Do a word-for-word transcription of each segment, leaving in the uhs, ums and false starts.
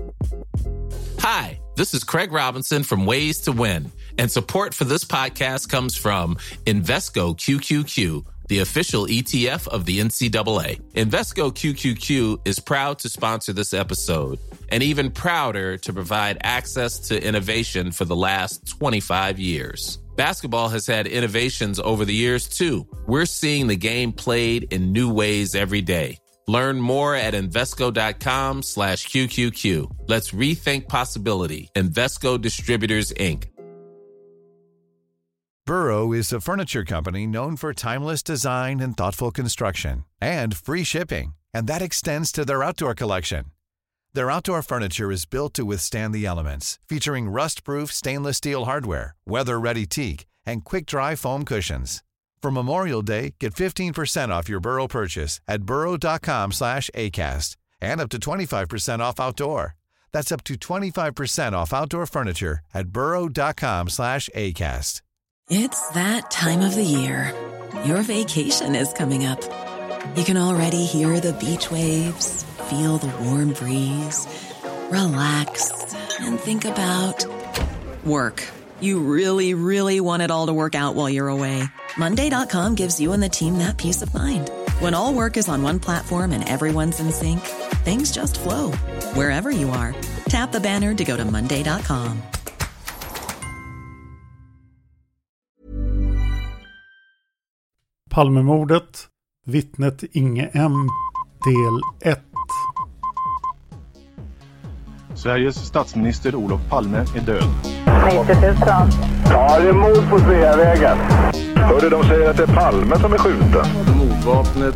Hi, this is Craig Robinson from Ways to Win, and support for this podcast comes from Invesco Q Q Q, the official E T F of the N C double A. Invesco Q Q Q is proud to sponsor this episode, and even prouder to provide access to innovation for the last twenty-five years. Basketball has had innovations over the years, too. We're seeing the game played in new ways every day. Learn more at Invesco.com slash QQQ. Let's rethink possibility. Invesco Distributors, Incorporated. Burrow is a furniture company known for timeless design and thoughtful construction, and free shipping, and that extends to their outdoor collection. Their outdoor furniture is built to withstand the elements, featuring rust-proof stainless steel hardware, weather-ready teak, and quick-dry foam cushions. For Memorial Day, get fifteen percent off your Burrow purchase at burrow.com slash ACAST and up to twenty-five percent off outdoor. That's up to twenty-five percent off outdoor furniture at burrow.com slash ACAST. It's that time of the year. Your vacation is coming up. You can already hear the beach waves, feel the warm breeze, relax, and think about work. You really, really want it all to work out while you're away. Monday dot com gives you and the team that peace of mind. When all work is on one platform and everyone's in sync, things just flow. Wherever you are, tap the banner to go to monday dot com. Palmemordet, vittnet Inge M, del ett. Sveriges statsminister Olof Palme är död. nittio tusen. Ja, det är mord på Sveavägen. Hörde de säger att det är Palme som är skjuten. Mordvapnet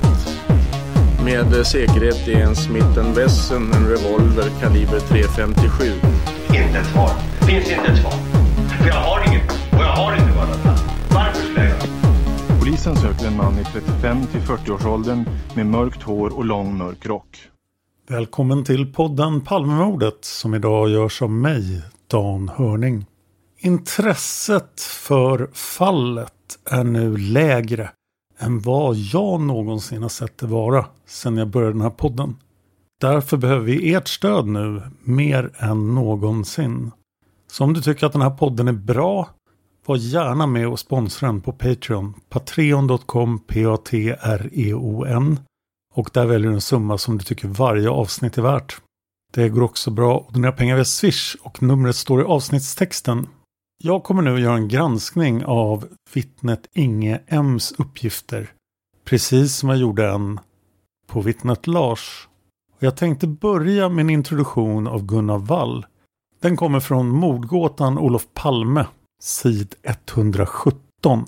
med säkerhet är en Smith and Wesson, en revolver kaliber tre femtiosju. Inte ett svar. Finns inte ett svar. För jag har inget. Och jag har inte varit. Varför skulle jag? Polisen söker en man i trettiofem till fyrtio-årsåldern med mörkt hår och lång mörk rock. Välkommen till podden Palmemordet som idag görs av mig, Dan Hörning. Intresset för fallet är nu lägre än vad jag någonsin har sett det vara sedan jag började den här podden. Därför behöver vi ert stöd nu mer än någonsin. Så om du tycker att den här podden är bra, var gärna med och sponsra den på Patreon. Patreon dot com, P A T R E O N. Och där väljer du en summa som du tycker varje avsnitt är värt. Det går också bra att donera pengar via Swish och numret står i avsnittstexten. Jag kommer nu att göra en granskning av vittnet Inge M's uppgifter. Precis som jag gjorde en på vittnet Lars. Och jag tänkte börja med en introduktion av Gunnar Wall. Den kommer från mordgåtan Olof Palme, sid etthundrasjutton.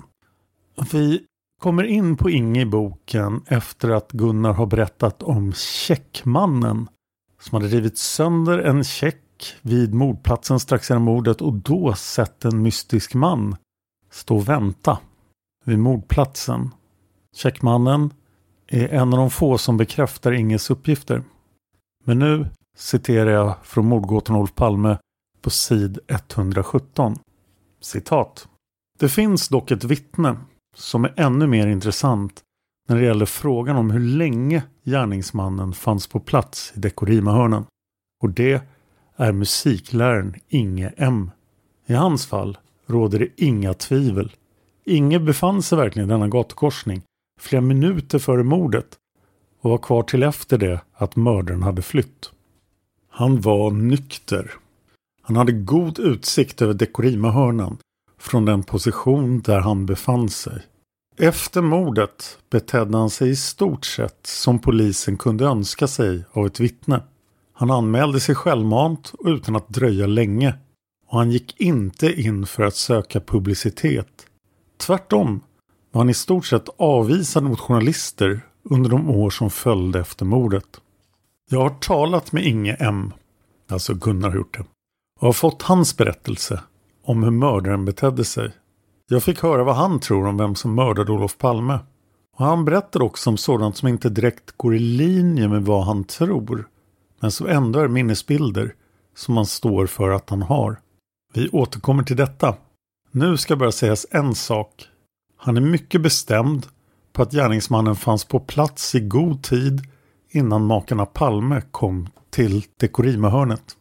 Vi kommer in på Inge i boken efter att Gunnar har berättat om checkmannen som hade rivit sönder en check vid mordplatsen strax innan mordet och då sett en mystisk man stå och vänta vid mordplatsen. Checkmannen är en av de få som bekräftar Inges uppgifter. Men nu citerar jag från mordgåtan Olof Palme på sid etthundrasjutton. Citat. Det finns dock ett vittne som är ännu mer intressant när det gäller frågan om hur länge gärningsmannen fanns på plats i Dekorima-hörnan. Och det är musikläraren Inge M. I hans fall råder det inga tvivel. Inge befann sig verkligen i denna gatukorsning flera minuter före mordet och var kvar till efter det att mördaren hade flytt. Han var nykter. Han hade god utsikt över Dekorima-hörnan från den position där han befann sig. Efter mordet betedde han sig i stort sett som polisen kunde önska sig av ett vittne. Han anmälde sig självmant och utan att dröja länge. Och han gick inte in för att söka publicitet. Tvärtom var han i stort sett avvisad mot journalister under de år som följde efter mordet. Jag har talat med Inge M, alltså Gunnar har gjort det, och har fått hans berättelse om hur mördaren betedde sig. Jag fick höra vad han tror om vem som mördade Olof Palme. Och han berättar också om sådant som inte direkt går i linje med vad han tror, men som ändå är minnesbilder som han står för att han har. Vi återkommer till detta. Nu ska bara sägas en sak. Han är mycket bestämd på att gärningsmannen fanns på plats i god tid innan makarna Palme kom till Dekorima-hörnet.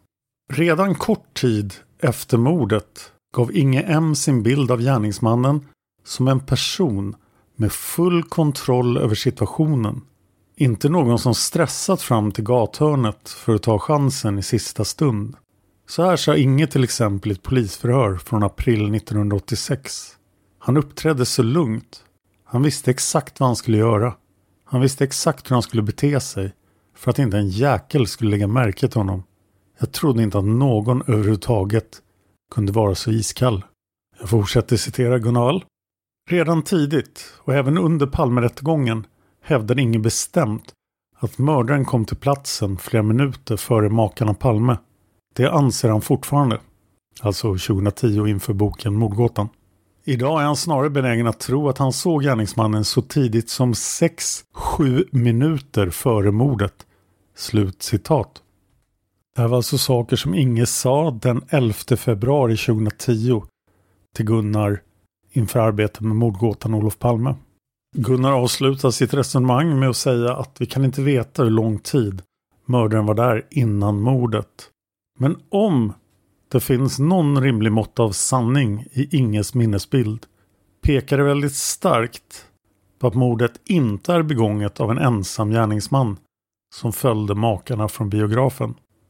Redan kort tid efter mordet gav Inge M sin bild av gärningsmannen som en person med full kontroll över situationen. Inte någon som stressat fram till gathörnet för att ta chansen i sista stund. Så här sa Inge till exempel i ett polisförhör från april nittonhundraåttiosex. Han uppträdde så lugnt. Han visste exakt vad han skulle göra. Han visste exakt hur han skulle bete sig för att inte en jäkel skulle lägga märke till honom. Jag trodde inte att någon överhuvudtaget kunde vara så iskall. Jag fortsätter citera Gunnar. Redan tidigt och även under Palmerättegången hävdade Inge bestämt att mördaren kom till platsen flera minuter före makarna Palme. Det anser han fortfarande. Alltså tjugohundratio inför boken Mordgåtan. Idag är han snarare benägen att tro att han såg gärningsmannen så tidigt som sex sju minuter före mordet. Slut citat. Det här var alltså saker som Inge sa den elfte februari tjugohundratio till Gunnar inför arbetet med mordgåtan Olof Palme. Gunnar avslutar sitt resonemang med att säga att vi kan inte veta hur lång tid mördaren var där innan mordet. Men om det finns någon rimlig mått av sanning i Inges minnesbild pekar det väldigt starkt på att mordet inte är begånget av en ensam gärningsman som följde makarna från biografen.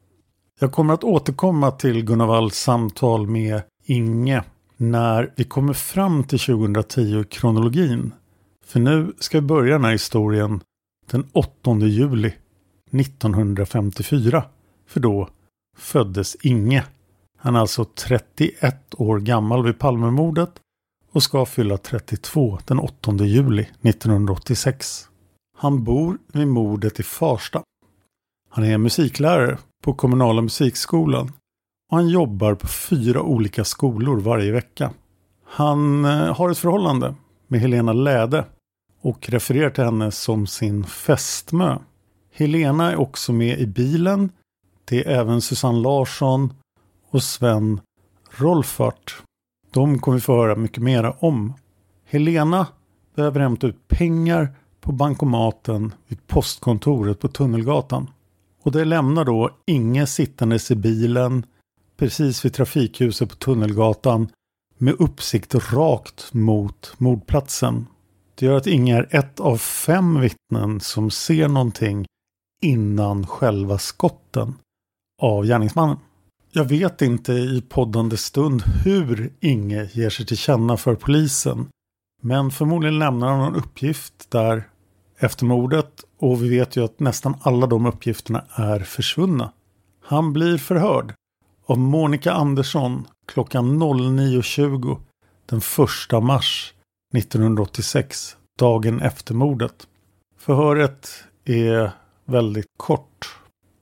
Jag kommer att återkomma till Gunnar Walls samtal med Inge när vi kommer fram till tjugohundratio-kronologin. För nu ska vi börja den här historien den åttonde juli nittonhundrafemtiofyra. För då föddes Inge. Han är alltså trettioett år gammal vid Palmemordet och ska fylla trettiotvå den åttonde juli nittonhundraåttiosex. Han bor vid mordet i Farsta. Han är musiklärare på kommunala musikskolan och han jobbar på fyra olika skolor varje vecka. Han har ett förhållande med Helena Läde och refererar till henne som sin fästmö. Helena är också med i bilen. Det är även Susanne Larsson och Sven Rolfart. De kommer vi få höra mycket mer om. Helena behöver hämta ut pengar på bankomaten vid postkontoret på Tunnelgatan. Och det lämnar då Inge sittandes i bilen precis vid trafikhuset på Tunnelgatan med uppsikt rakt mot mordplatsen. Det gör att Inge är ett av fem vittnen som ser någonting innan själva skotten av gärningsmannen. Jag vet inte i poddande stund hur Inge ger sig till känna för polisen. Men förmodligen lämnar han någon uppgift där efter mordet och vi vet ju att nästan alla de uppgifterna är försvunna. Han blir förhörd av Monica Andersson klockan nio tjugo den första mars nittonhundraåttiosex, dagen efter mordet. Förhöret är väldigt kort.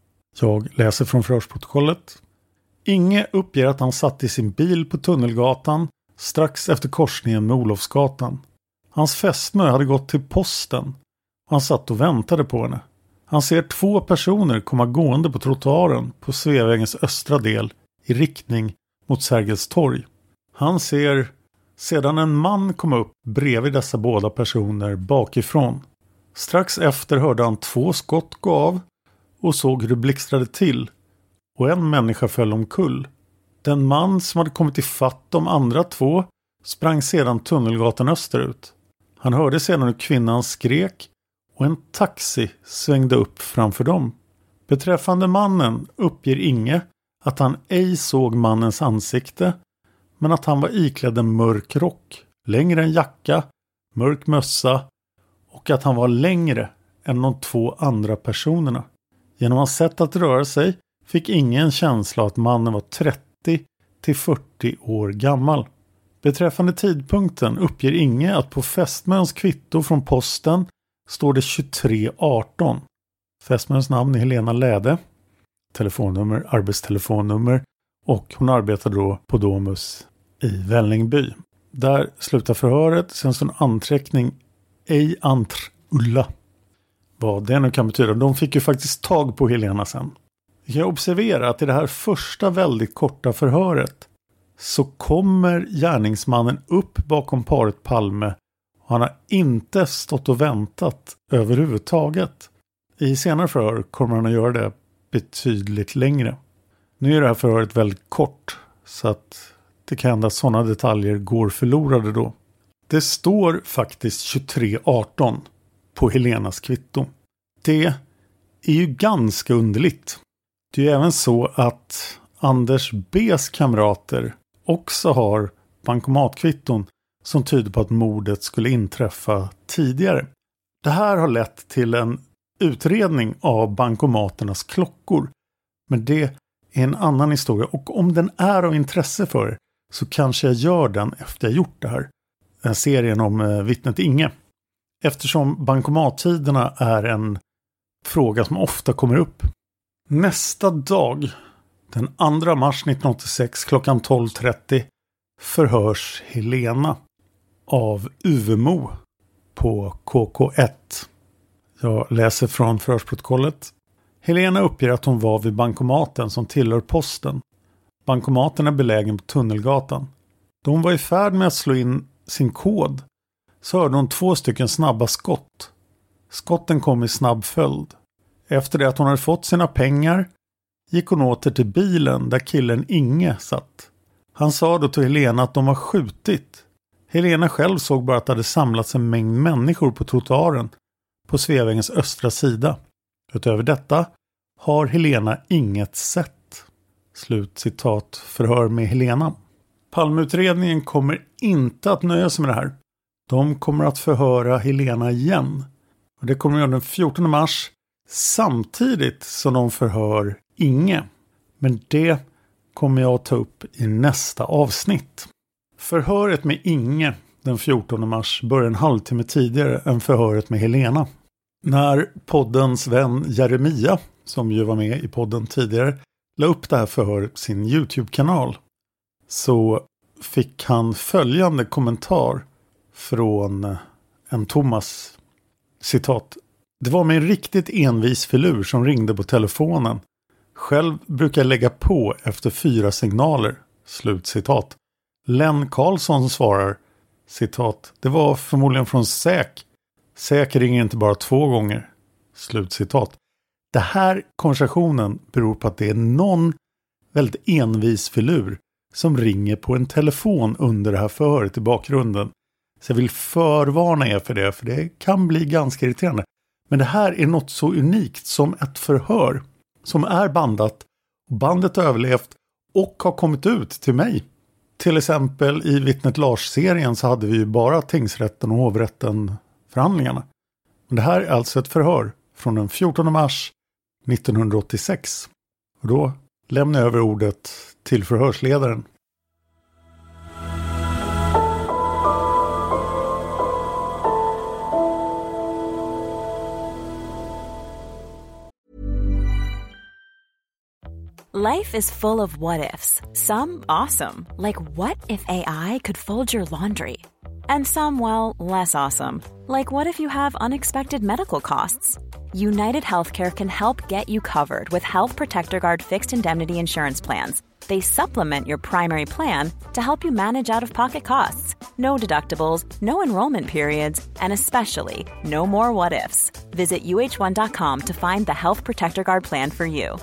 Jag läser från förhörsprotokollet. Inge uppger att han satt i sin bil på Tunnelgatan strax efter korsningen med Olofsgatan. Hans fästmö hade gått till posten. Han satt och väntade på henne. Han ser två personer komma gående på trottoaren på Sveavägens östra del i riktning mot Sergels torg. Han ser sedan en man komma upp bredvid dessa båda personer bakifrån. Strax efter hörde han två skott gå av och såg hur det blixtrade till och en människa föll omkull. Den man som hade kommit i fatt de andra två sprang sedan Tunnelgatan österut. Han hörde sedan hur kvinnan skrek och en taxi svängde upp framför dem. Beträffande mannen uppger Inge att han ej såg mannens ansikte men att han var iklädd en mörk rock, längre än jacka, mörk mössa och att han var längre än de två andra personerna. Genom hans sätt att röra sig fick ingen känsla att mannen var trettio till fyrtio år gammal. Beträffande tidpunkten uppger Inge att på fästmöns kvitto från posten står det tjugotre arton. Fästmöns namn är Helena Läde, telefonnummer, arbetstelefonnummer och hon arbetar då på Domus i Vällingby. Där slutar förhöret, sen står en anträckning ej antr Ulla. Vad det nu kan betyda. De fick ju faktiskt tag på Helena sen. Vi kan observera att i det här första väldigt korta förhöret så kommer gärningsmannen upp bakom paret Palme och han har inte stått och väntat överhuvudtaget. I senare förhör kommer han att göra det betydligt längre. Nu är det här förhöret väldigt kort så att det kan hända att sådana detaljer går förlorade då. Det står faktiskt tjugotre arton på Helenas kvitto. Det är ju ganska underligt. Det är ju även så att Anders B:s kamrater också har bankomatkvitton som tyder på att mordet skulle inträffa tidigare. Det här har lett till en utredning av bankomaternas klockor. Men det är en annan historia, och om den är av intresse för er så kanske jag gör den efter jag gjort det här. Den serien om eh, vittnet Inge. Eftersom bankomattiderna är en fråga som ofta kommer upp. Nästa dag, den andra mars nittonhundraåttiosex klockan tolv trettio, förhörs Helena av Uvemo på K K ett. Jag läser från förhörsprotokollet. Helena uppger att hon var vid bankomaten som tillhör posten. Bankomaten är belägen på Tunnelgatan. Då hon var i färd med att slå in sin kod så hörde hon två stycken snabba skott. Skotten kom i snabb följd. Efter det att hon hade fått sina pengar gick hon åter till bilen där killen Inge satt. Han sa då till Helena att de har skjutit. Helena själv såg bara att det hade samlats en mängd människor på trottoaren på Sveavägens östra sida. Utöver detta har Helena inget sett. Slut citat förhör med Helena. Palmeutredningen kommer inte att nöja sig med det här. De kommer att förhöra Helena igen. Och det kommer att göra den fjortonde mars samtidigt som de förhör Inge. Men det kommer jag att ta upp i nästa avsnitt. Förhöret med Inge den fjortonde mars börjar en halvtimme tidigare än förhöret med Helena. När poddens vän Jeremia, som ju var med i podden tidigare, la upp det här förhöret på sin YouTube-kanal, så fick han följande kommentar från en Thomas. Citat. Det var med en riktigt envis filur som ringde på telefonen. Själv brukar jag lägga på efter fyra signaler. Slut citat. Len Karlsson svarar, citat, det var förmodligen från Säk. Säk ringer inte bara två gånger. Slut citat. Det här konversationen beror på att det är någon väldigt envis filur som ringer på en telefon under det här förhöret i bakgrunden. Så jag vill förvarna er för det, för det kan bli ganska irriterande. Men det här är något så unikt som ett förhör som är bandat. Bandet har överlevt och har kommit ut till mig. Till exempel i Vittnet Lars-serien så hade vi ju bara tingsrätten och hovrätten förhandlingarna. Men det här är alltså ett förhör från den fjortonde mars nittonhundraåttiosex. Och då lämnar jag över ordet till förhörsledaren. Life is full of what-ifs. Some awesome, like what if A I could fold your laundry? And some, well, less awesome, like what if you have unexpected medical costs? United Healthcare can help get you covered with Health Protector Guard fixed indemnity insurance plans. They supplement your primary plan to help you manage out-of-pocket costs. No deductibles, no enrollment periods, and especially no more what-ifs. Visit U H one dot com to find the Health Protector Guard plan for you.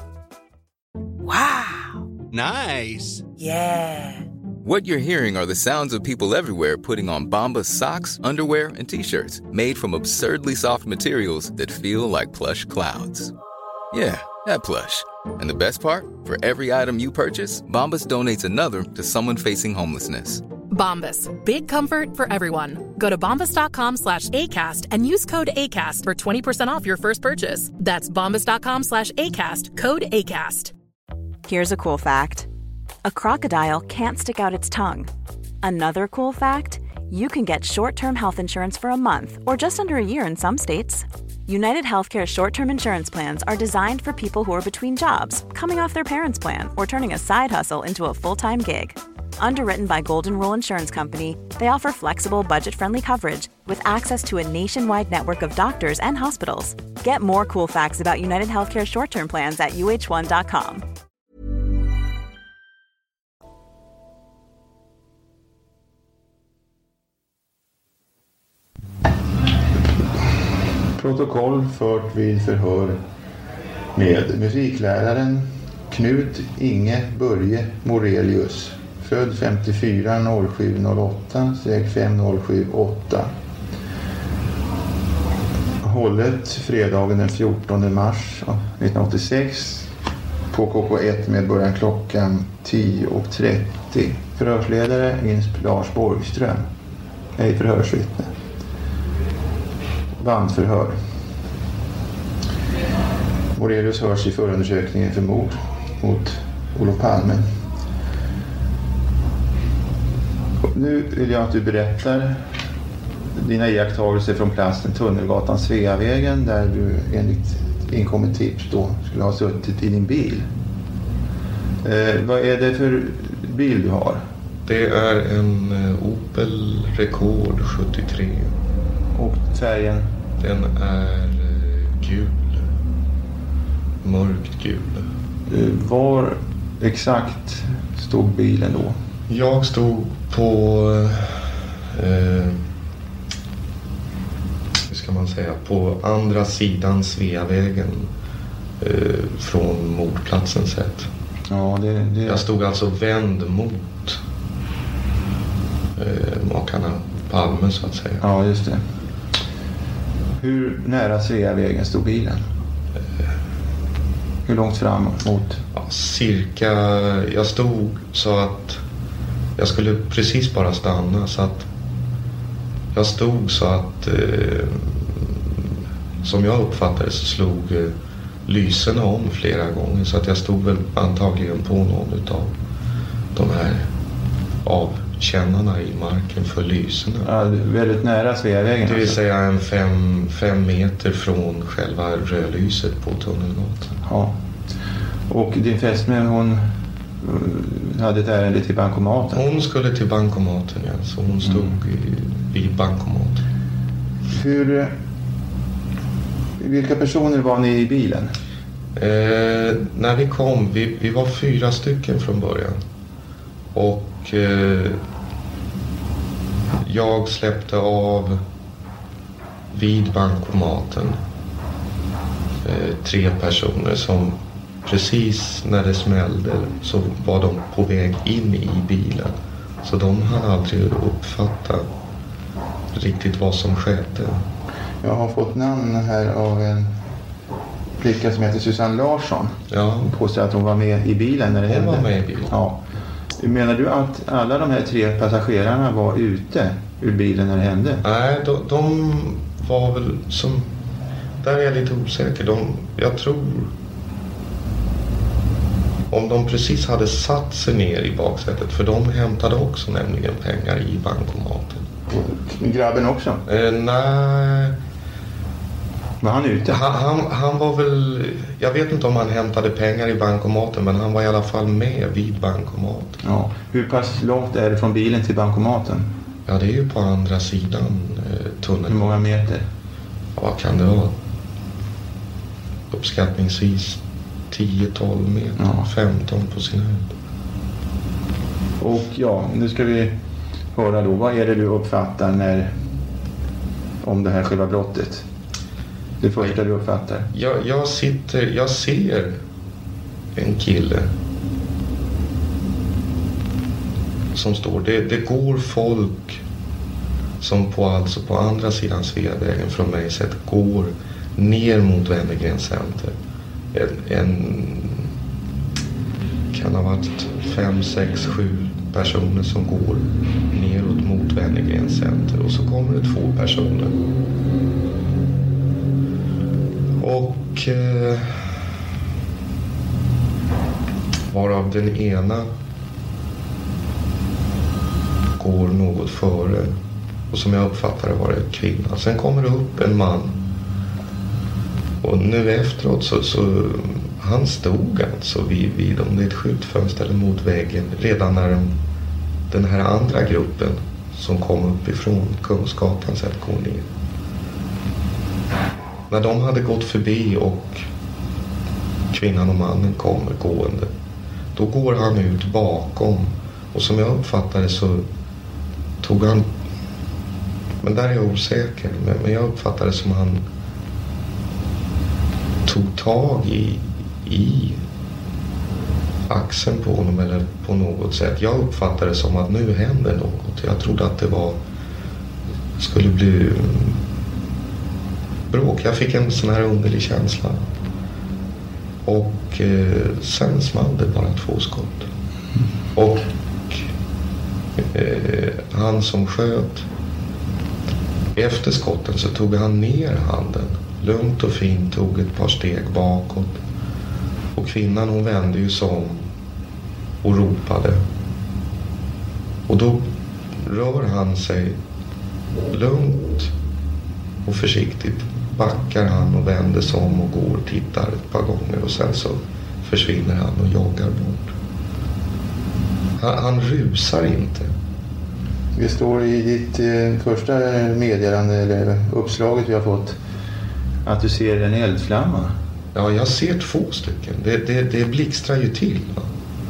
Wow. Nice. Yeah. What you're hearing are the sounds of people everywhere putting on Bombas socks, underwear, and T-shirts made from absurdly soft materials that feel like plush clouds. Yeah, that plush. And the best part? For every item you purchase, Bombas donates another to someone facing homelessness. Bombas. Big comfort for everyone. Go to bombas.com slash ACAST and use code ACAST for twenty percent off your first purchase. That's bombas.com slash ACAST. Code ACAST. Here's a cool fact. A crocodile can't stick out its tongue. Another cool fact, you can get short-term health insurance for a month or just under a year in some states. United Healthcare short-term insurance plans are designed for people who are between jobs, coming off their parents' plan, or turning a side hustle into a full-time gig. Underwritten by Golden Rule Insurance Company, they offer flexible, budget-friendly coverage with access to a nationwide network of doctors and hospitals. Get more cool facts about United Healthcare short-term plans at U H one dot com. Protokoll fört vid förhör med musikläraren Knut Inge Börje Morelius, född femtiofyra noll sju noll åtta fem noll sju åtta. Hållet fredagen den fjortonde mars nittonhundraåttiosex på K K ett med början klockan tio och trettio. Förhörsledare Insp Lars Borgström, ej förhörsvittne. Bandförhör. Morelius hörs i förundersökningen för mord mot Olof Palme. Nu vill jag att du berättar dina iakttagelser från platsen Tunnelgatan Sveavägen, där du enligt inkommet tips då skulle ha suttit i din bil. Eh, vad är det för bil du har? Det är en Opel Rekord sjuttiotre. Och färgen? Den är gul. Mörkt gul. Eh, var exakt stod bilen då? Jag stod på eh, hur ska man säga, på andra sidan Sveavägen eh, från mordplatsen sett. Ja, det, det... Jag stod alltså vänd mot eh, makarna Palme så att säga. Ja, just det. Hur nära Sveavägen stod bilen? Eh, Hur långt fram mot? Ja, cirka, jag stod så att jag skulle precis bara stanna, så att jag stod så att eh, som jag uppfattade så slog eh, lyserna om flera gånger, så att jag stod väl antagligen på någon utav de här avkännarna i marken för lyserna. Ja, väldigt nära Sveavägen. Det vill alltså. säga en fem, fem meter från själva rödlyset på Tunnelgatan. Ja. Och din fästmö, hon hade ett ärende till bankomaten? Hon skulle till bankomaten, ja. Så hon stod mm. vid bankomaten. Hur... Vilka personer var ni i bilen? Eh, när vi kom, vi, vi var fyra stycken från början. Och eh, jag släppte av vid bankomaten eh, tre personer som precis när det smällde så var de på väg in i bilen. Så de hann aldrig uppfatta riktigt vad som skedde. Jag har fått namn här av en flicka som heter Susanne Larsson. Ja. Hon påstår att hon var med i bilen när det hon hände. Hon var med i bilen. Ja. Menar du att alla de här tre passagerarna var ute ur bilen när det hände? Nej, de, de var väl som... Där är jag lite osäker. De, jag tror... Om de precis hade satt sig ner i baksätet, för de hämtade också nämligen pengar i bankomaten. Grabben också? Eh, nej. Var han ute? Han, han, han var väl... Jag vet inte om han hämtade pengar i bankomaten, men han var i alla fall med vid bankomaten. Ja. Hur pass långt är det från bilen till bankomaten? Ja, det är ju på andra sidan eh, tunneln. Hur många meter? Ja, vad kan det vara? Uppskattningsvis tio till tolv meter, ja. femton på sin höjd. Och ja, nu ska vi höra då. Vad är det du uppfattar när om det här själva brottet? Det första du uppfattar. Jag, jag sitter, jag ser en kille som står. Det, det går folk som på, alltså på andra sidan Sveavägen från mig sett går ner mot Wennergrens center. En, en kan ha varit fem, sex, sju personer som går neråt mot Wennergrens center, och så kommer det två personer. Och eh, varav den ena går något före, och som jag uppfattar det var det kvinna. Sen kommer det upp en man. Och nu efteråt så, så han stod alltså vid, vid om det är ett skyltfönster eller mot väggen redan när de, den här andra gruppen som kom uppifrån Kungsgatan så att gå ner. När de hade gått förbi och kvinnan och mannen kommer gående, då går han ut bakom, och som jag uppfattade så tog han, men där är jag osäker, men, men jag uppfattade som han tog tag i, i axeln på honom eller på något sätt. Jag uppfattade det som att nu händer något. Jag trodde att det var skulle bli bråk. Jag fick en sån här underlig känsla. Och eh, sen small det bara två skott. Och eh, han som sköt, efter skotten så tog han ner handen. Lugnt och fint tog ett par steg bakåt. Och kvinnan, hon vände ju sig om och ropade. Och då rör han sig lugnt och försiktigt. Backar han och vänder sig om och går och tittar ett par gånger. Och sen så försvinner han och joggar bort. Han, han rusar inte. Det står i ditt eh, första meddelande eller uppslaget vi har fått att du ser en eldflamma. Ja, jag ser två stycken. Det, det, det blixtrar ju till. Va?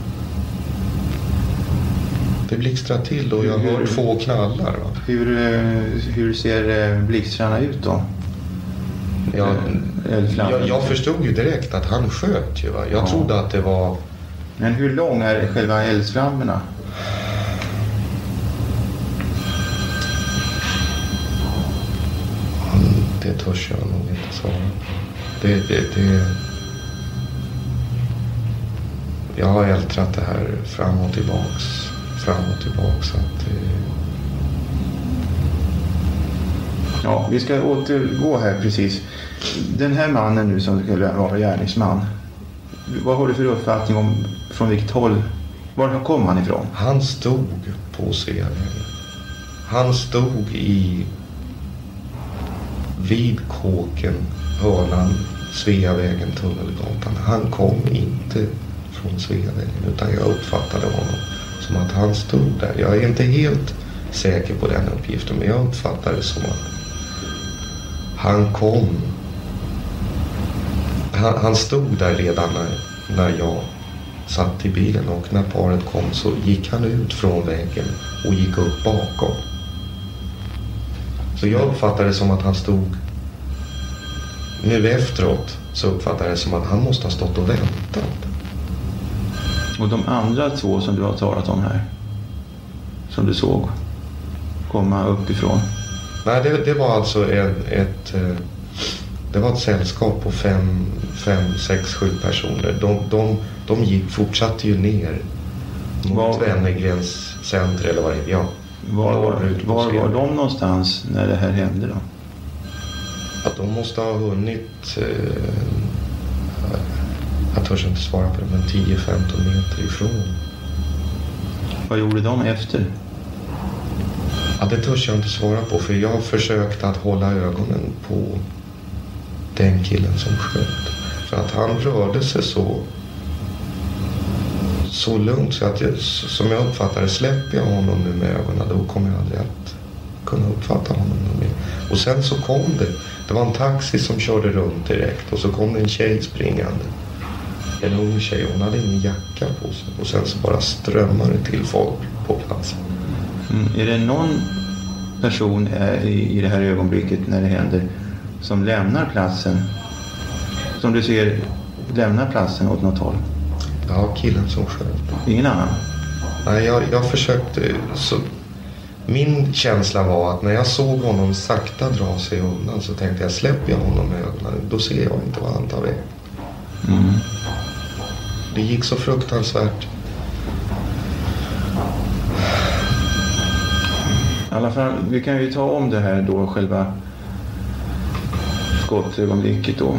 Det blixtrar till och jag hur, hör två knallar. Va? Hur, hur ser blixtrarna ut då? Ja, jag, jag förstod ju direkt att han sköt ju. Va? Jag ja. trodde att det var... Men hur lång är själva eldflammorna? Det törs jag nog inte svara. Det, det, det... Jag har ältrat det här fram och tillbaks. Fram och tillbaks. Att det... Ja, vi ska återgå här precis. Den här mannen nu som skulle vara gärningsman. Vad har du för uppfattning om från vilket håll? Var kom han ifrån? Han stod på Sveavägen. Han stod i vid kåken, hörnan, Sveavägen, Tunnelgatan. Han kom inte från Sveavägen utan jag uppfattade honom som att han stod där. Jag är inte helt säker på den uppgiften men jag uppfattade det som att han kom. Han, han stod där redan när, när jag satt i bilen och när paret kom så gick han ut från vägen och gick upp bakom. Så jag uppfattade det som att han stod, nu efteråt så uppfattade jag det som att han måste ha stått och väntat. Och de andra två som du har talat om här, som du såg komma uppifrån? Nej, det, det var alltså ett, ett, det var ett sällskap på fem, fem sex, sju personer. De, de, de gick, fortsatte ju ner mot Wennergrens center eller vad det är. Ja. Var, var, var var de någonstans när det här hände då? Att de måste ha hunnit eh, jag törs inte svara på det, men tio till femton meter ifrån. Vad gjorde de efter? Ja, det törs jag inte svara på för jag försökte att hålla ögonen på den killen som sköt. För att han rörde sig så så lugnt så att jag, som jag uppfattade, släpper jag honom nu med ögonen då kommer jag aldrig att kunna uppfatta honom mer. Och sen så kom det, det var en taxi som körde runt direkt och så kom det en tjej springande. En ung tjej, hon hade ingen jacka på sig och sen så bara strömmade det till folk på platsen. Mm. Är det någon person i, i det här ögonblicket när det händer som lämnar platsen, som du ser lämnar platsen åt något håll? Ja, killen som sköt. Ingen annan? Nej, jag, jag försökte så... Min känsla var att när jag såg honom sakta dra sig undan så tänkte jag, släpper jag honom med ögonen, då ser jag inte vad han tar väg. Mm. Det gick så fruktansvärt. I alla fall, vi kan ju ta om det här då, själva skottögonblicket då.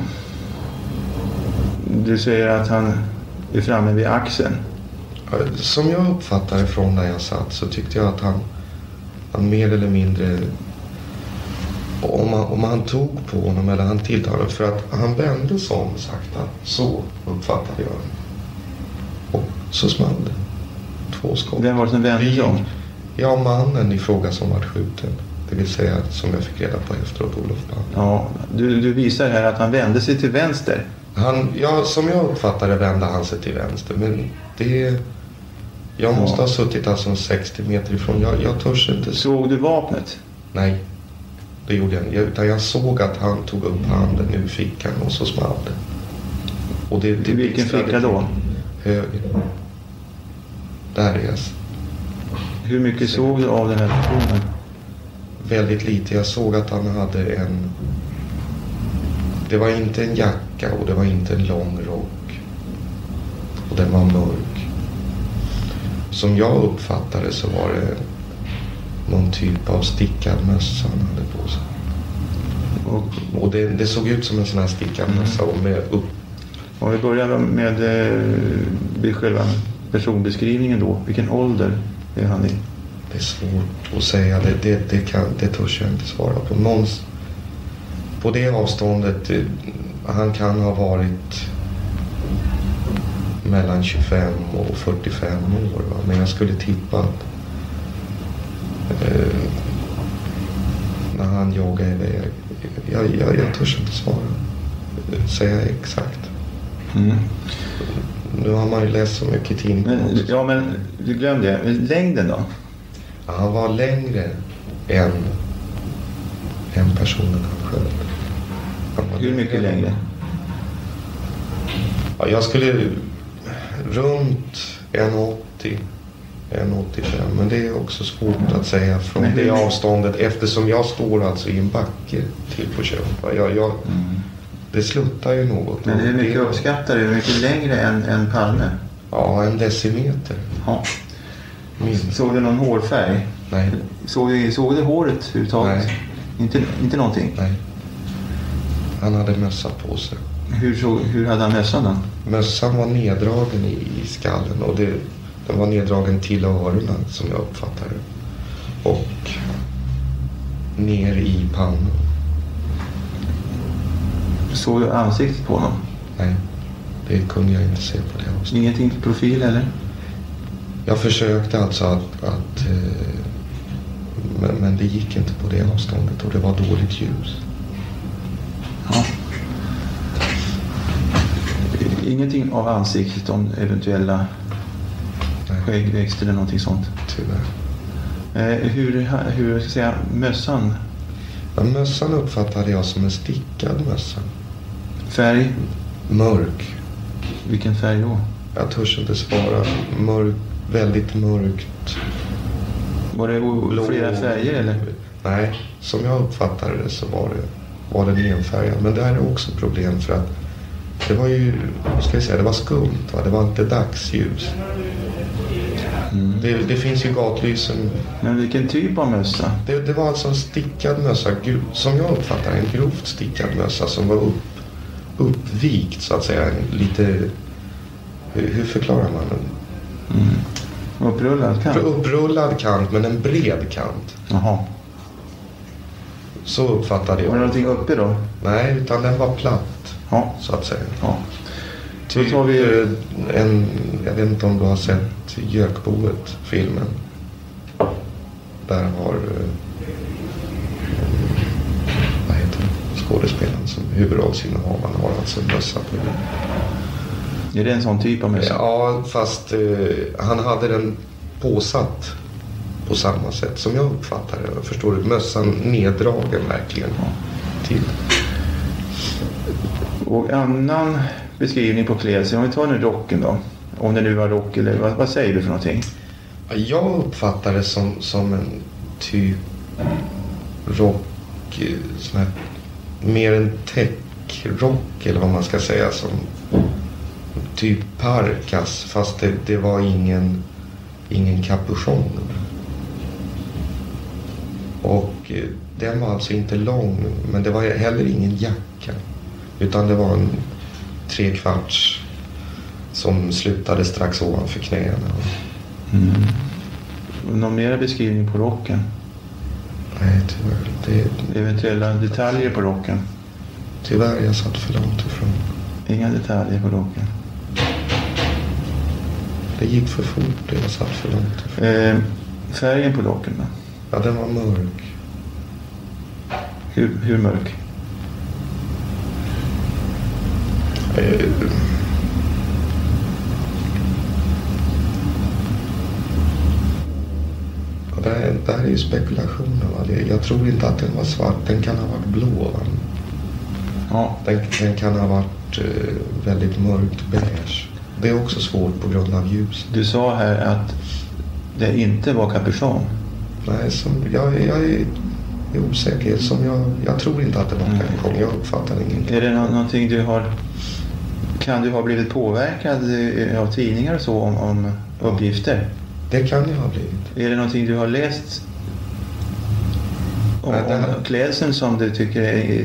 Du säger att han är framme vid axeln. Som jag uppfattade från där jag satt så tyckte jag att han, han mer eller mindre, om han, om han tog på honom eller han tilltalade, för att han vände sig om sakta, så uppfattade jag. Och så small det. Två skott. Vem var det som vände sig om? Ja, mannen i fråga som var skjuten. Det vill säga som jag fick reda på efteråt, Olof Palme. Ja, du, du visar här att han vände sig till vänster. Han, ja, som jag uppfattade vände han sig till vänster. Men det... Jag måste ja. ha suttit alltså sextio meter ifrån. Jag, jag törs inte... Såg du vapnet? Nej, det gjorde jag inte. Utan jag såg att han tog upp handen ur fickan och så small det. Och det, det vilken ficka då? höger. Där är jag. Hur mycket såg du av den här personen? Väldigt lite. Jag såg att han hade en... Det var inte en jacka och det var inte en lång rock. Och den var mörk. Som jag uppfattade så var det någon typ av stickad mössa han hade på sig. Och, och det, det såg ut som en sån här stickad mössa. Och med upp... Om vi börjar med eh, själva personbeskrivningen då. Vilken ålder är han i? Det är svårt att säga. Det, det, det, kan, det törs jag inte svara på. Någons, på det avståndet, han kan ha varit mellan tjugofem och fyrtiofem år. Va? Men jag skulle tippa att eh, när han joggar iväg. Jag, jag, jag törs inte svara. Säga exakt. Mm. Nu har man ju läst så mycket i tidningen. Ja, men du glömde det. Längden då? Ja, han var längre än en personen han sköt. Hur mycket längre? Ja, jag skulle runt en åttio, en åttiofem. Men det är också svårt att säga från det avståndet. Eftersom jag står alltså i en backe till på köpet. Jag, jag, mm. Det sluttar ju något. Men det är mycket uppskattat. Det är mycket längre än, än Palme. Ja, en decimeter. Ja. Minst. Såg du någon hårfärg? Nej. Såg du, såg du håret överhuvudtaget? Nej. Inte, inte någonting? Nej. Han hade mössa på sig. Hur, så, hur hade han mössan då? Mössan var neddragen i, i skallen. Och det, den var neddragen till öronen som jag uppfattade det. Och ner i pannan. Såg du ansiktet på honom? Nej, det kunde jag inte se på det avståndet. Ingenting på profil eller? Jag försökte alltså att... att eh, men, men det gick inte på det avståndet och det var dåligt ljus. Ja. Ingenting av ansiktet om eventuella skäggväxt eller någonting sånt? Tyvärr. Eh, hur, hur ska jag säga, mössan? Ja, mössan uppfattade jag som en stickad mössa. Färg? Mörk. Vilken färg då? Jag törs inte svara. Mörk, väldigt mörkt. Var det blå, flera färger eller? Nej, som jag uppfattade det så var det, var det enfärgad. Men det här är också problem för att det var ju, ska jag säga, det var skumt. Va? Det var inte dagsljus. Mm. Det, det finns ju gatlysen. Men vilken typ av mössa? Det, det var alltså en stickad mössa, som jag uppfattar en grovt stickad mössa som var upp, uppvikt så att säga. Lite, hur, hur förklarar man den? Mm. Upprullad kant? Upprullad kant, men en bred kant. Jaha. Så uppfattade jag. Var det någonting uppe då? Nej, utan den var platt. Ja. Så att säga. Ja. Typ tar vi en, jag vet inte om du har sett Gökboet, filmen. Där har vad heter det? Skådespelaren som huvudrollsinnehavaren har alltså mössa på det. Är det en sån typ av mössa? Ja, fast eh, han hade den påsatt på samma sätt som jag uppfattade det. Förstår du? Mössan neddragen verkligen till. Och annan beskrivning på klädsel. Om vi tar nu rocken då. Om det nu var rock eller vad, vad säger du för någonting? Jag uppfattar det som, som en typ rock, sån här, mer en täckrock eller vad man ska säga, som typ parkas, fast det, det var ingen, ingen kapuschong. Och den var alltså inte lång, men det var heller ingen jacka. Utan det var en trekvarts som slutade strax ovanför knäna. Mm. Någon mer beskrivning på rocken? Nej, tyvärr. Det... Eventuella detaljer på rocken? Tyvärr, jag satt för långt ifrån. Inga detaljer på rocken? Det gick för fort, jag satt för långt ifrån. Eh, färgen på rocken då? Ja, den var mörk. Hur, hur mörk? Eh... Det här, det här är ju spekulationer. Va? Jag tror inte att den var svart. Den kan ha varit blå. Va? Ja. Den, den kan ha varit eh, väldigt mörkt beige. Det är också svårt på grund av ljus. Du sa här att det inte var kapuschong. Nej, som, jag, jag är osäker. Som jag, jag tror inte att det var mm. kapuschong. Jag uppfattar ingenting. Är det no- någonting du har... Kan du ha blivit påverkad av tidningar och så om, om uppgifter? Det kan jag ha blivit. Är det någonting du har läst om, Nej, om klädseln som du tycker är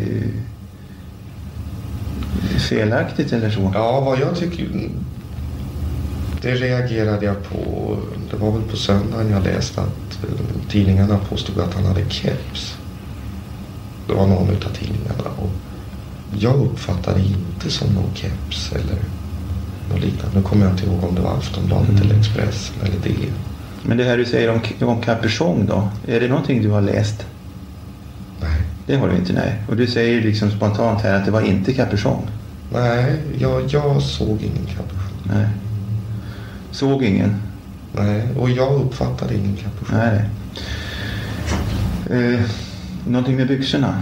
felaktigt eller så? Ja, vad jag tycker... Det reagerade jag på. Det var väl på söndagen jag läste att tidningarna påstod att han hade keps. Det var någon utav tidningarna. Och jag uppfattade inte som någon keps eller något liknande. Nu kommer jag inte ihåg om det var Aftonbladet mm. eller Expressen eller det. Men det här du säger om, om kapuschong då, är det någonting du har läst? Nej. Det har du inte, nej. Och du säger liksom spontant här att det var inte kapuschong. Nej, jag, jag såg ingen kapuschong. Nej. Såg ingen? Nej, och jag uppfattade ingen kapuschong. Nej. Eh, någonting med byxorna?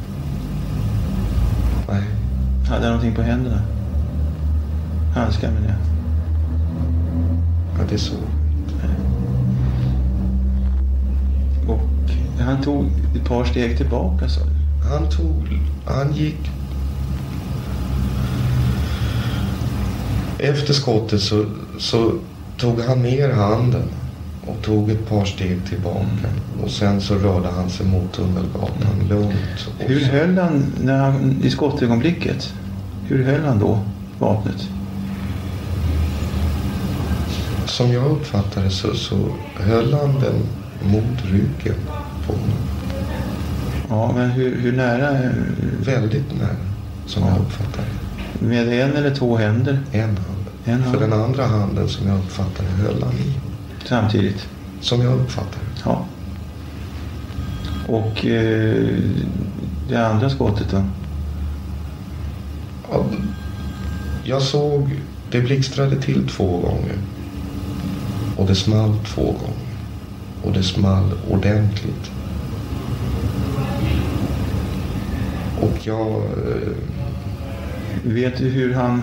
Nej. Hade han någonting på händerna? Handskar med det? Ja, det såg jag. Och han tog ett par steg tillbaka, så. Han tog... Han gick... Efter skottet så, så tog han ner handen och tog ett par steg tillbaka. Mm. Och sen så rörde han sig mot Tunnelgatan mm. lugnt. Hur höll han när han, i skottögonblicket? Hur höll han då vapnet? Som jag uppfattade så, så höll han den mot ryggen på honom. Ja, men hur, hur nära? Väldigt nära, som ja. jag uppfattade. Med en eller två händer? En hand. En hand. För den andra handen som jag uppfattade höll han i. Samtidigt? Som jag uppfattade. Ja. Och eh, det andra skottet då? Ja, jag såg, det blixtrade till två gånger. Och det small två gånger. Och det small ordentligt. Och jag... Eh, Vet du hur han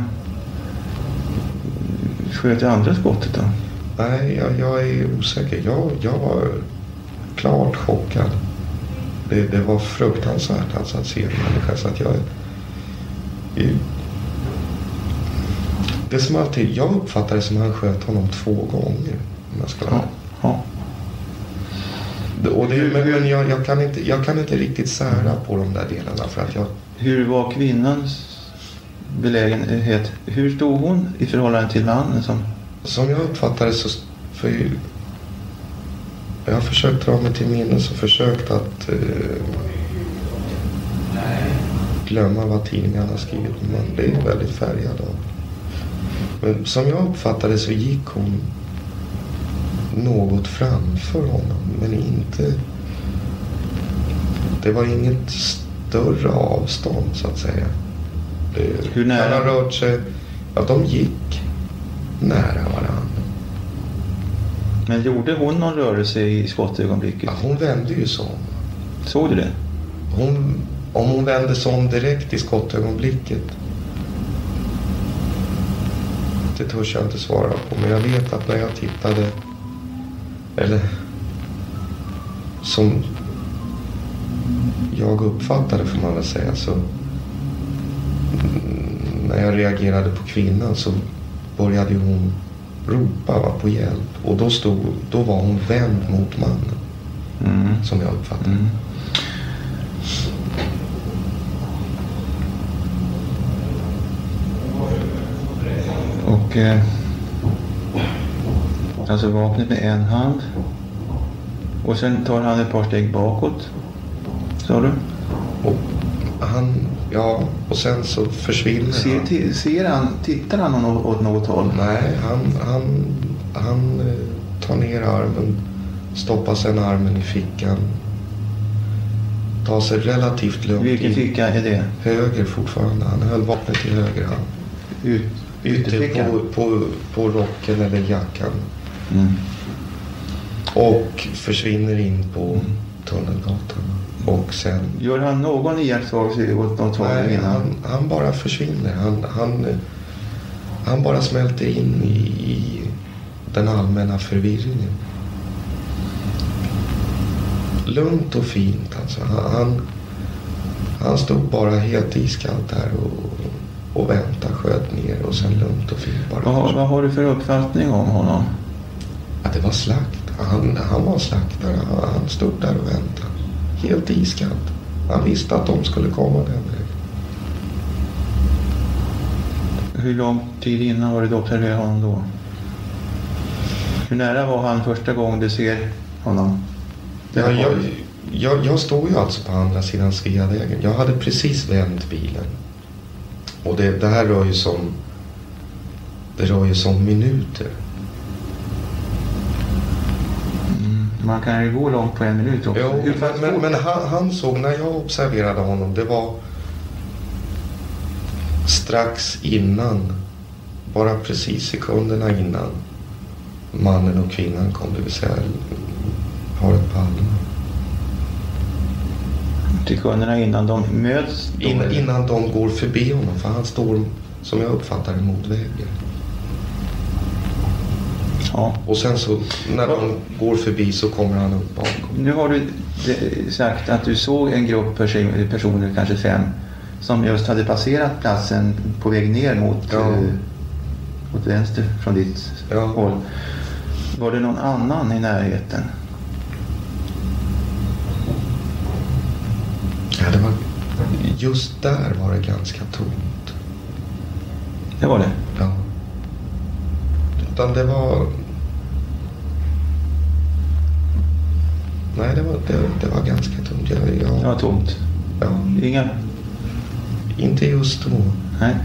sköt det andra skottet då? Nej, jag, jag är osäker. Jag, jag var klart chockad. Det, det var fruktansvärt alltså att se en människa. Så att jag, jag, det som alltid, jag uppfattade det som att han sköt honom två gånger. Om jag ska ja, ja. Och det, men, men jag, jag, kan inte, jag kan inte riktigt sära på de där delarna. För att jag, hur var kvinnans belägenhet? Hur stod hon i förhållande till mannen? Som, som jag uppfattade så... För jag har försökt dra mig till minnes och försökt att eh, glömma vad tidningarna skrivit. Men det är väldigt färgad av. Men som jag uppfattade så gick hon något framför honom. Men inte... Det var inget större avstånd så att säga. Hur nära? Han har rört sig... Ja, de gick nära varandra. Men gjorde hon någon rörelse i skottögonblicket? Ja, hon vände ju så. Såg du det? Hon, om hon vände så om direkt i skottögonblicket. Det törs jag inte svara på. Men jag vet att när jag tittade... Eller... Som... Jag uppfattade, får man väl säga, så... När jag reagerade på kvinnan så började hon ropa va, på hjälp. Och då, stod, då var hon vänd mot mannen. Mm. Som jag uppfattade. Mm. Och eh, alltså vapnet med en hand. Och sen tar han ett par steg bakåt. Sa du? Och han... Ja, och sen så försvinner ser, han. T- ser han, tittar han åt, åt något håll? Nej, han, han, han tar ner armen, stoppar sen armen i fickan. Tar sig relativt lugnt. Vilken ficka är det? Höger fortfarande. Han höll vapnet i höger hand. Ut, Ute på, på, på rocken eller jackan. Mm. Och försvinner in på mm. Tunnelgatan. Och sen... Gör han någon iakttagelse åt något håll? Nej, han, han bara försvinner. Han, han, Han bara smälter in i, i den allmänna förvirringen. Lugnt och fint alltså. Han, han stod bara helt iskallt där och, och väntade, sköt ner och sen lugnt och fint bara. Vad, vad har du för uppfattning om honom? Ja, det var slakt. Han, han var slaktare. Han, han stod där och väntade. Helt iskallt. Han visste att de skulle komma den vägen. Hur lång tid innan var det du observerade honom då? Hur nära var han första gången du ser honom? Ja, jag, jag, jag stod ju alltså på andra sidan Sveavägen. Jag hade precis vänt bilen. Och det, det här rör ju som det rör ju som minuter. Mm, man kan ju gå långt på en minut också. Jo, Hur men, men, men han, han såg, när jag observerade honom, det var strax innan, bara precis sekunderna innan mannen och kvinnan kom, det vill säga paret Palme. Sekunderna innan de möts? In, innan de går förbi honom, för han står, som jag uppfattar det, mot väggen. Ja. Och sen så, när de går förbi så kommer han upp bakom. Nu har du sagt att du såg en grupp personer, kanske fem, som just hade passerat platsen på väg ner mot, ja. eh, mot vänster från ditt ja. håll. Var det någon annan i närheten? Ja, det var, just där var det ganska tomt. Det var det? Ja. Utan det var... Nej, det var, det, det var ganska tomt. Jag, jag... Det var tomt? Ja. Inga? Inte just då. Nej.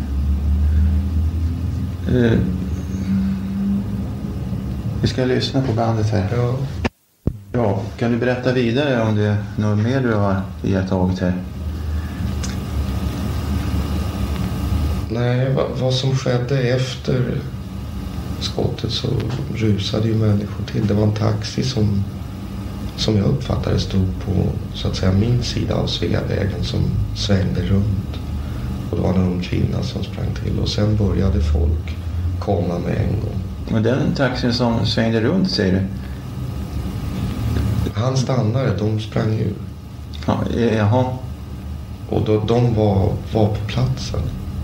Uh, vi ska lyssna på bandet här. Ja. Ja, kan du berätta vidare om det är något mer du har iakttagit här? Nej, vad, vad som skedde efter skottet, så rusade ju människor till. Det var en taxi som, som jag uppfattade stod på, så att säga, min sida av Sveavägen, som svängde runt. Och det var en ung kvinna som sprang till. Och sen började folk komma med en gång. Och den taxin som svängde runt, säger du? Han stannade, de sprang ur. Ja, jaha. Och då, de var, var på platsen.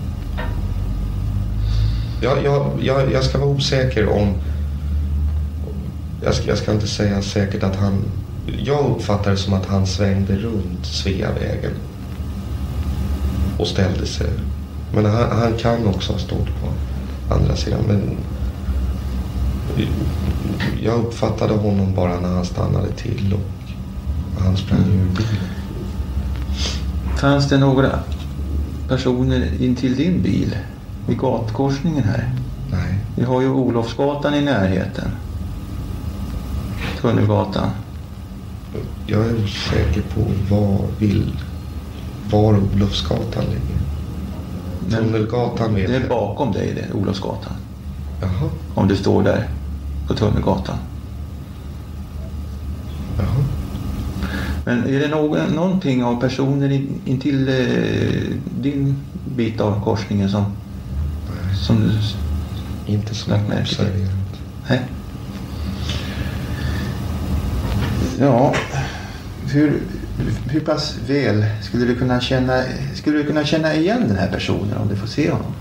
Jag, jag, jag, jag ska vara osäker om... Jag ska, jag ska inte säga säkert att han... Jag uppfattar det som att han svängde runt Sveavägen och ställde sig. Men han, han kan också ha stått på andra sidan. Men jag uppfattade honom bara när han stannade till och han sprang ur bilen. Fanns det några personer in till din bil vid gatkorsningen här? Nej. Vi har ju Olofsgatan i närheten. Tunnelgatan. Jag är osäker på var vill var Olofsgatan ligger. Tunnelgatan vet det är jag. Bakom dig, det Olofsgatan. Jaha. Om du står där på Tunnelgatan. Jaha. Men är det någon, någonting av personer in, in till eh, din bit av korsningen som, som du inte som jag observerat? Nej. Ja, hur, hur pass väl skulle du kunna känna skulle du kunna känna igen den här personen om du får se honom?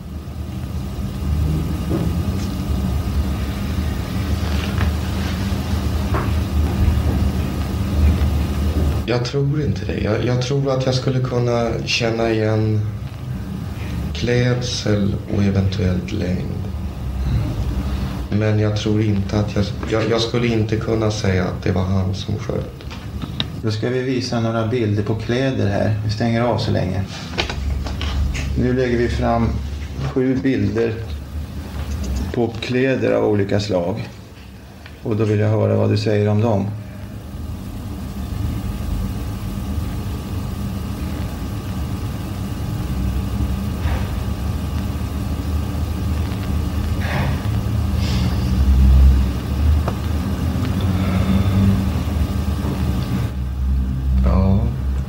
Jag tror inte det. Jag, jag tror att jag skulle kunna känna igen klädsel och eventuellt längd. Men jag tror inte att jag, jag... Jag skulle inte kunna säga att det var han som sköt. Då ska vi visa några bilder på kläder här. Vi stänger av så länge. Nu lägger vi fram sju bilder på kläder av olika slag. Och då vill jag höra vad du säger om dem.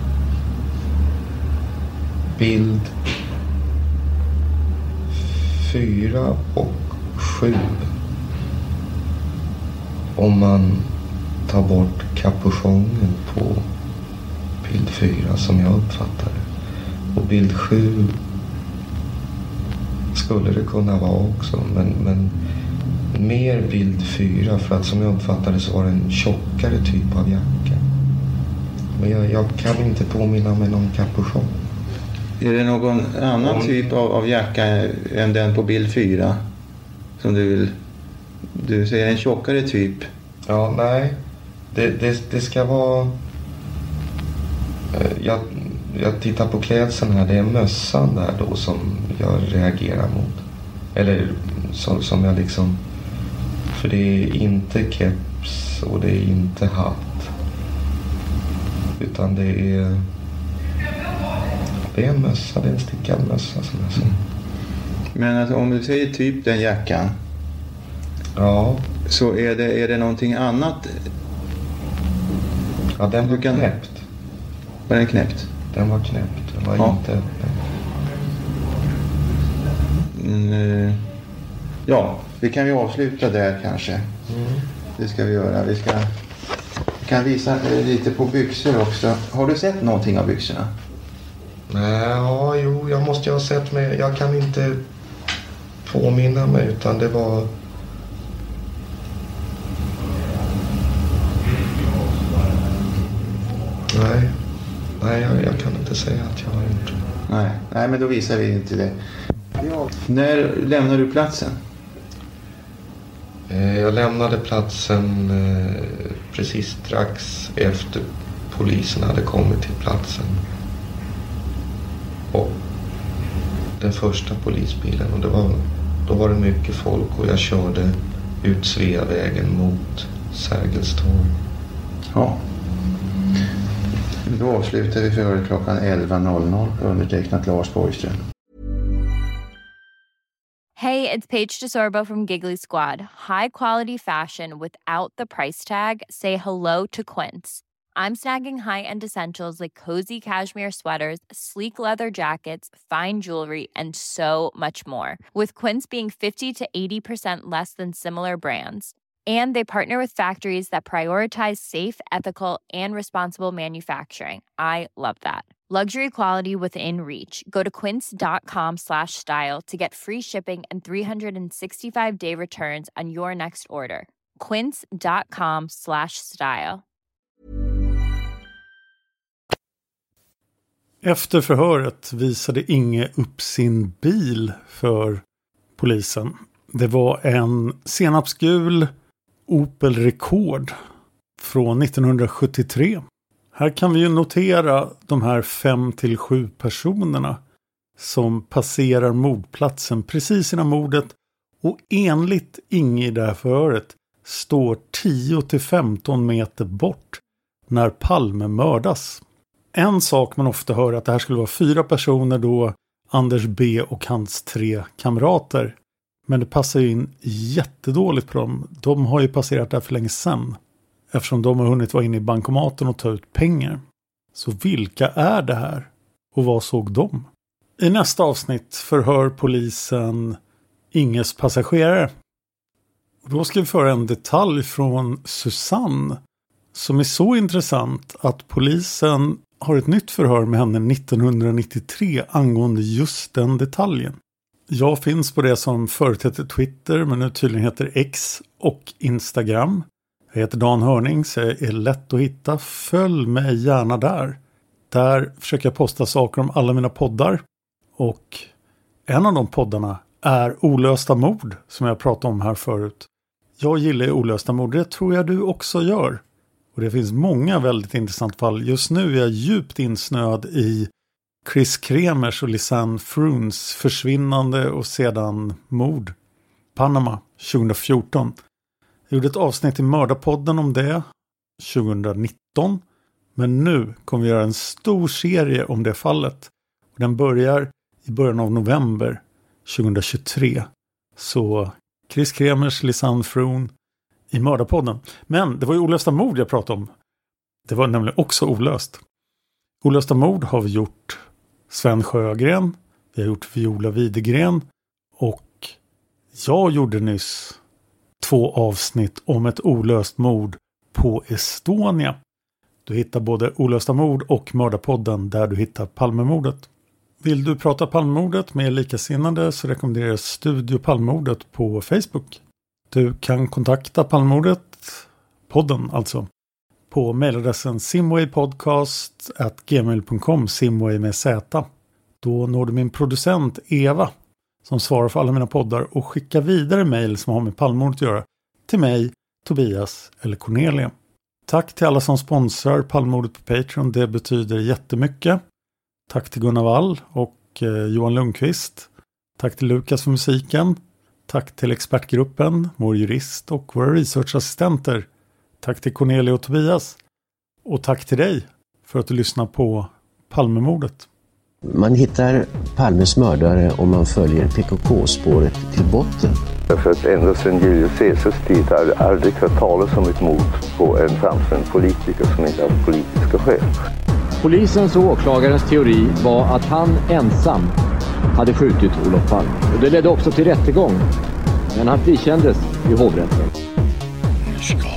Bild fyra och sju. Om man tar bort kapuschongen på bild fyra som jag uppfattar det. Och bild sju skulle det kunna vara också. Men, men mer bild fyra, för att som jag uppfattar det så var det en tjockare typ av jacka. Men jag, jag kan inte påminna mig någon kapuschong. Är det någon annan Om... typ av, av jacka än den på bild fyra som du vill... Du säger en tjockare typ. Ja, nej. Det, det, det ska vara... Jag, jag tittar på klädseln här. Det är mössan där då som jag reagerar mot. Eller som, som jag liksom... För det är inte keps och det är inte hatt. Utan det är... Det är en mössa, det är en stickad mössa som jag säger. Men alltså, om du säger typ den jackan. Ja. Så är det, är det någonting annat? Ja, den var kan... knäppt. Var den knäppt? Den var knäppt, den var ja. inte öppen. Mm, ja, vi kan ju avsluta där kanske. Mm. Det ska vi göra. Vi ska vi kan visa lite på byxor också. Har du sett någonting av byxorna? Nej, ja, jo, jag måste ju ha sett mig. Jag kan inte påminna mig, utan det var... Nej, nej jag, jag kan inte säga att jag har gjort det. Nej, nej, men då visar vi inte det. Ja. När lämnar du platsen? Jag lämnade platsen precis strax efter polisen hade kommit till platsen. Och den första polisbilen, och det var, då var det mycket folk och jag körde ut Sveavägen mot Sergels torg. Ja. Då avslutar vi för klockan elva noll noll, undertecknat Lars Borgström. Hey, it's Paige DeSorbo from Giggly Squad. High quality fashion without the price tag. Say hello to Quince. I'm snagging high-end essentials like cozy cashmere sweaters, sleek leather jackets, fine jewelry, and so much more. With Quince being fifty to eighty percent less than similar brands. And they partner with factories that prioritize safe, ethical, and responsible manufacturing. I love that. Luxury quality within reach. Go to quince.com slash style to get free shipping and three sixty-five day returns on your next order. Quince.com slash style. Efter förhöret visade Inge upp sin bil för polisen. Det var en senapsgul Opel Rekord från nittonhundrasjuttiotre. Här kan vi ju notera de här fem till sju personerna som passerar mordplatsen precis innan mordet och enligt Inge i det här förhöret står tio till femton meter bort när Palme mördas. En sak man ofta hör att det här skulle vara fyra personer då, Anders B och hans tre kamrater. Men det passar ju in jättedåligt på dem. De har ju passerat där för länge sedan. Eftersom de har hunnit vara inne i bankomaten och ta ut pengar. Så vilka är det här? Och vad såg de? I nästa avsnitt förhör polisen Inges passagerare. Och då ska vi föra en detalj från Susanne. Som är så intressant att polisen har ett nytt förhör med henne nittonhundranittiotre angående just den detaljen. Jag finns på det som förut hette Twitter men nu tydligen heter X och Instagram. Jag heter Dan Hörning så jag är lätt att hitta. Följ mig gärna där. Där försöker jag posta saker om alla mina poddar. Och en av de poddarna är Olösta mord som jag pratade om här förut. Jag gillar olösta mord, det tror jag du också gör. Och det finns många väldigt intressanta fall. Just nu är jag djupt insnöad i Chris Kremers och Lisanne Fruns försvinnande och sedan mord. Panama tjugohundrafjorton. Jag gjorde ett avsnitt i Mördarpodden om det tjugohundranitton. Men nu kommer vi göra en stor serie om det fallet. Och den börjar i början av november tjugohundratjugotre. Så Chris Kremers, Lisanne Frun i Mördarpodden. Men det var ju olösta mord jag pratade om. Det var nämligen också olöst. Olösta mord har vi gjort Sven Sjögren. Vi har gjort Viola Widegren. Och Jag gjorde nyss två avsnitt om ett olöst mord på Estonia. Du hittar både Olösta mord och Mördarpodden där du hittar Palmemordet. Vill du prata Palmemordet med likasinnade så rekommenderar jag Studio Palmemordet på Facebook. Du kan kontakta Palmemordet, podden alltså, på mejladressen simwaypodcast at gmail dot com, simway med z. Då når du min producent Eva som svarar för alla mina poddar och skickar vidare mejl som har med Palmemordet att göra till mig, Tobias eller Cornelia. Tack till alla som sponsrar Palmemordet på Patreon, det betyder jättemycket. Tack till Gunnar Wall och eh, Johan Lundqvist. Tack till Lukas för musiken. Tack till expertgruppen, vår jurist och våra researchassistenter. Tack till Cornelia och Tobias. Och tack till dig för att du lyssnar på Palmemordet. Man hittar Palmes mördare om man följer P K K-spåret till botten. För att ända sedan Julius Caesars tid har det aldrig hört talas om ett mord på en framstående politiker som inte har politiska skäl. Polisens och åklagarens teori var att han ensam hade skjutit Olof Palme. Och det ledde också till rättegång. Men han frikändes i hovrätten.